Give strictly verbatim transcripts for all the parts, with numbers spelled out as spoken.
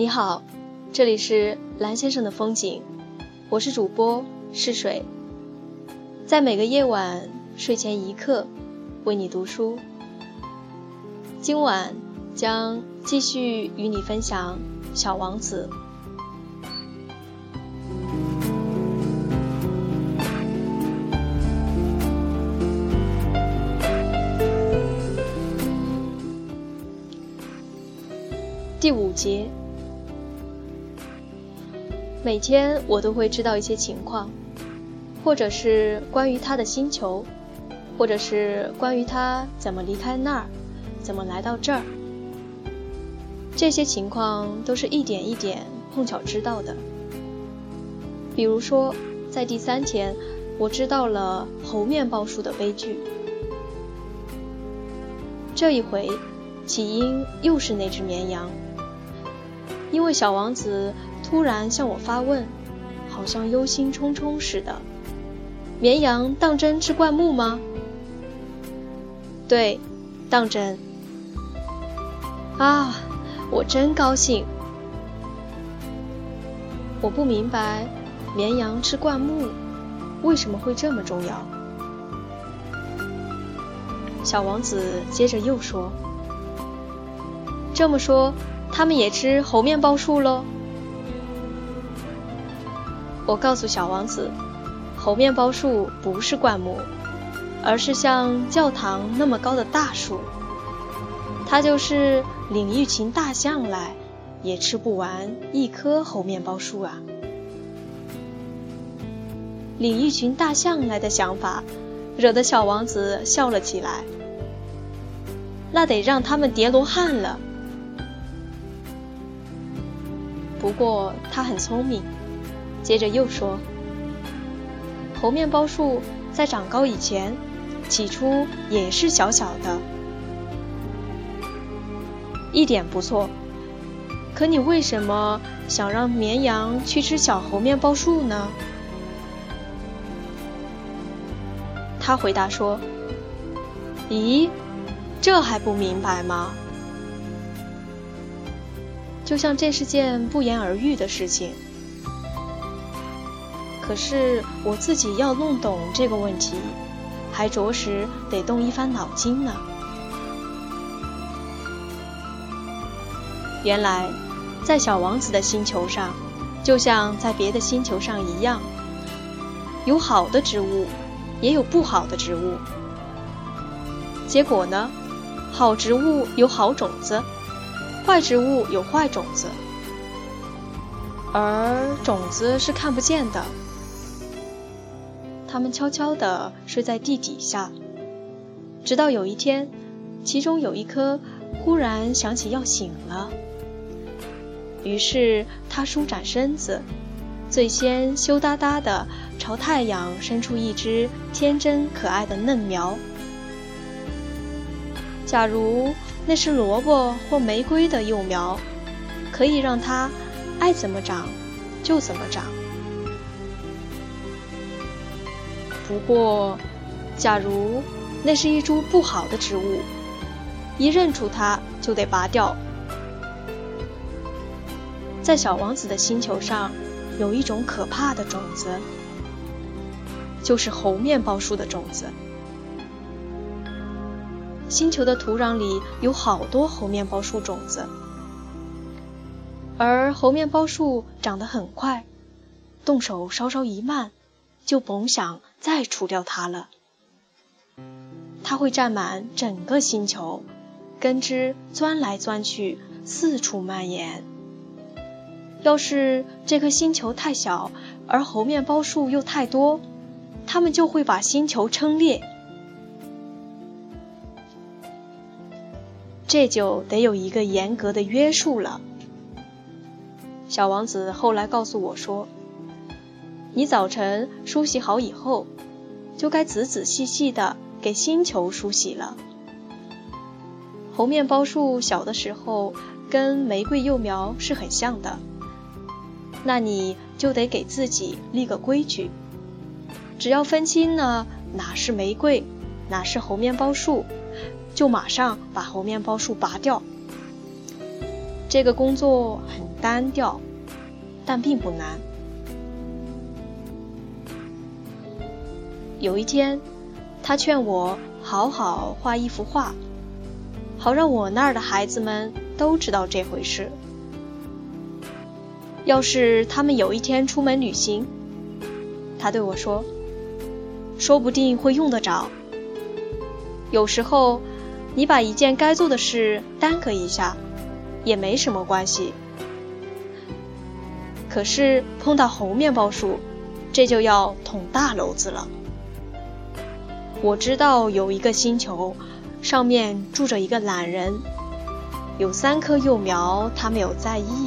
你好，这里是蓝先生的风景，我是主播是水，在每个夜晚睡前一刻为你读书。今晚将继续与你分享《小王子》。第五节，每天我都会知道一些情况，或者是关于他的星球，或者是关于他怎么离开那儿，怎么来到这儿。这些情况都是一点一点碰巧知道的。比如说，在第三天，我知道了猴面包树的悲剧。这一回，起因又是那只绵羊。因为小王子突然向我发问，好像忧心忡忡似的。绵羊当真吃灌木吗？对，当真。啊，我真高兴。我不明白绵羊吃灌木为什么会这么重要。小王子接着又说，这么说他们也吃猴面包树咯。我告诉小王子，猴面包树不是灌木，而是像教堂那么高的大树，它就是领一群大象来也吃不完一棵猴面包树啊。领一群大象来的想法惹得小王子笑了起来，那得让他们叠罗汉了。不过他很聪明，接着又说，猴面包树在长高以前，起初也是小小的。一点不错，可你为什么想让绵羊去吃小猴面包树呢？他回答说，咦，这还不明白吗？就像这是件不言而喻的事情，可是我自己要弄懂这个问题，还着实得动一番脑筋呢。原来，在小王子的星球上，就像在别的星球上一样，有好的植物，也有不好的植物。结果呢，好植物有好种子，坏植物有坏种子，而种子是看不见的，它们悄悄地睡在地底下，直到有一天，其中有一颗忽然想起要醒了，于是它舒展身子，最先羞答答地朝太阳伸出一只天真可爱的嫩苗。假如那是萝卜或玫瑰的幼苗，可以让它爱怎么长就怎么长。不过，假如那是一株不好的植物，一认出它就得拔掉。在小王子的星球上，有一种可怕的种子，就是猴面包树的种子。星球的土壤里有好多猴面包树种子，而猴面包树长得很快，动手稍稍一慢，就甭想再除掉它了。它会占满整个星球，根枝钻来钻去，四处蔓延。要是这颗星球太小，而猴面包树又太多，它们就会把星球撑裂。这就得有一个严格的约束了。小王子后来告诉我说，你早晨梳洗好以后，就该仔仔细细地给星球梳洗了。猴面包树小的时候跟玫瑰幼苗是很像的，那你就得给自己立个规矩，只要分清呢哪是玫瑰，哪是猴面包树，就马上把猴面包树拔掉。 这个工作很单调，但并不难。有一天，他劝我好好画一幅画，好让我那儿的孩子们都知道这回事。要是他们有一天出门旅行，他对我说，说不定会用得着。有时候你把一件该做的事耽搁一下也没什么关系，可是碰到猴面包树，这就要捅大篓子了。我知道有一个星球，上面住着一个懒人，有三棵幼苗他没有在意。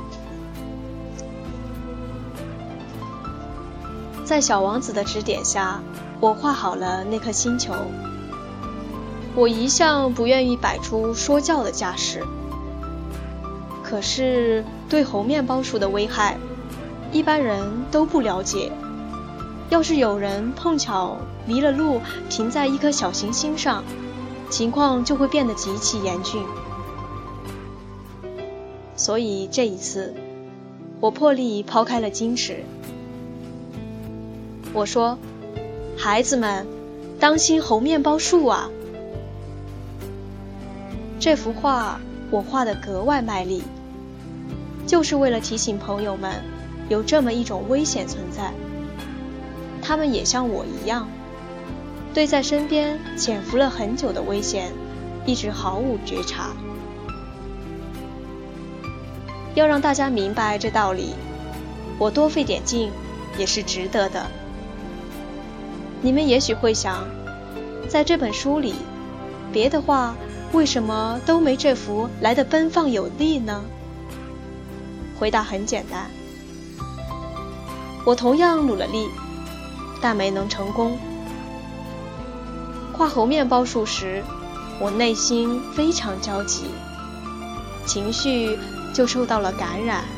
在小王子的指点下，我画好了那颗星球。我一向不愿意摆出说教的架势，可是对猴面包树的危害，一般人都不了解。要是有人碰巧迷了路，停在一颗小行星上，情况就会变得极其严峻。所以这一次，我破例抛开了矜持。我说，孩子们，当心猴面包树啊！这幅画我画得格外卖力，就是为了提醒朋友们有这么一种危险存在。他们也像我一样，对在身边潜伏了很久的危险一直毫无觉察。要让大家明白这道理，我多费点劲也是值得的。你们也许会想，在这本书里，别的画为什么都没这幅来得奔放有力呢？回答很简单，我同样努了力，但没能成功。画猴面包树时，我内心非常焦急，情绪就受到了感染。